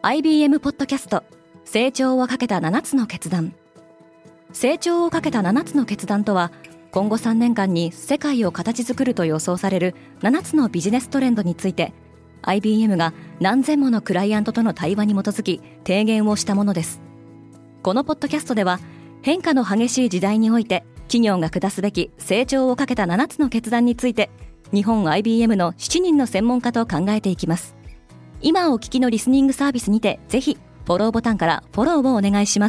IBM ポッドキャスト成長をかけた7つの決断。成長をかけた7つの決断とは、今後3年間に世界を形作ると予想される7つのビジネストレンドについて、 IBM が何千ものクライアントとの対話に基づき提言をしたものです。このポッドキャストでは、変化の激しい時代において企業が下すべき成長をかけた7つの決断について、日本 IBM の7人の専門家と考えていきます。今お聞きのリスニングサービスにて、ぜひフォローボタンからフォローをお願いします。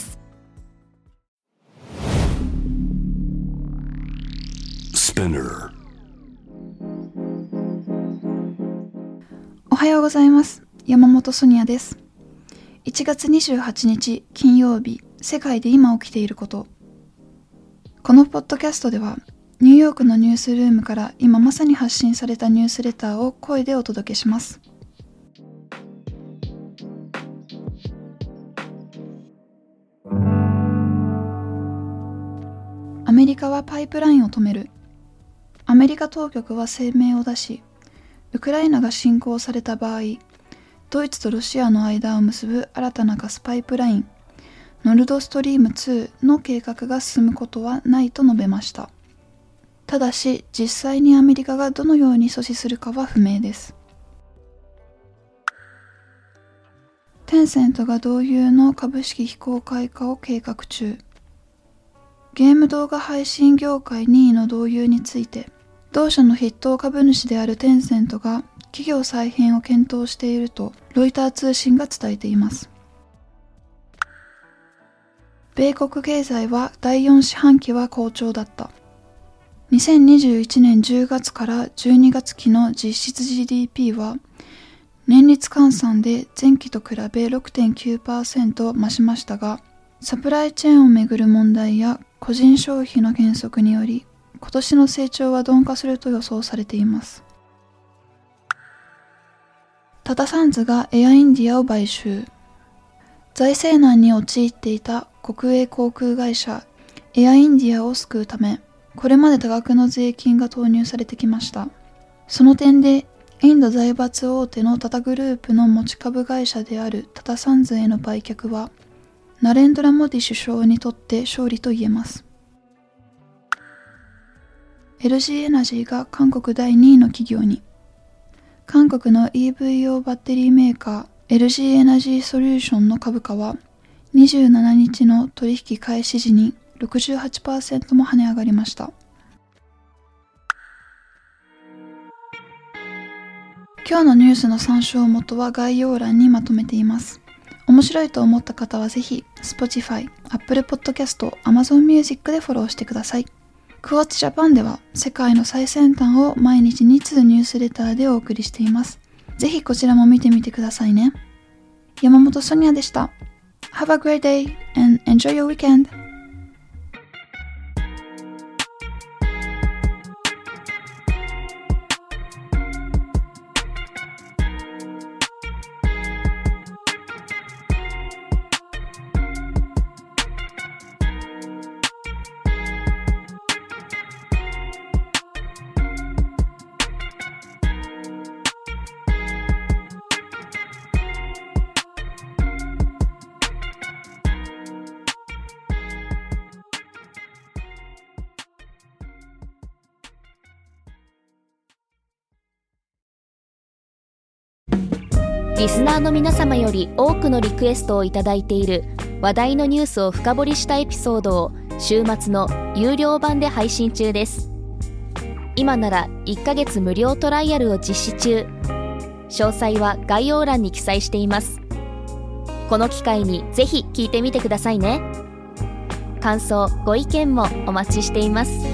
おはようございます。山本ソニアです。1月28日金曜日、世界で今起きていること。このポッドキャストでは、ニューヨークのニュースルームから今まさに発信されたニュースレターを声でお届けします。アメリカはパイプラインを止める。アメリカ当局は声明を出し、ウクライナが侵攻された場合、ドイツとロシアの間を結ぶ新たなガスパイプライン、ノルドストリーム2の計画が進むことはないと述べました。ただし、実際にアメリカがどのように阻止するかは不明です。テンセントが同友の株式非公開化を計画中。ゲーム動画配信業界2位の同友について、同社の筆頭株主であるテンセントが企業再編を検討しているとロイター通信が伝えています。米国経済は第4四半期は好調だった。2021年10月から12月期の実質 GDP は年率換算で前期と比べ 6.9% 増しましたが、サプライチェーンをめぐる問題や個人消費の減速により、今年の成長は鈍化すると予想されています。タタサンズがエアインディアを買収。財政難に陥っていた国営航空会社エアインディアを救うため、これまで多額の税金が投入されてきました。その点で、インド財閥大手のタタグループの持ち株会社であるタタサンズへの売却は、ナレンドラ・モディ首相にとって勝利と言えます。LG エナジーが韓国第2位の企業に。韓国の EV 用バッテリーメーカー LG エナジーソリューションの株価は27日の取引開始時に 68% も跳ね上がりました。今日のニュースの参照元は概要欄にまとめています。面白いと思った方はぜひ Spotify、Apple Podcast、Amazon Music でフォローしてください。クォッチJapanでは世界の最先端を毎日2通ニュースレターでお送りしています。ぜひこちらも見てみてくださいね。山本ソニアでした。Have a great day and enjoy your weekend! リスナーの皆様より多くのリクエストをいただいている話題のニュースを深掘りしたエピソードを週末の有料版で配信中です。今なら1ヶ月無料トライアルを実施中。詳細は概要欄に記載しています。この機会にぜひ聞いてみてくださいね。感想、ご意見もお待ちしています。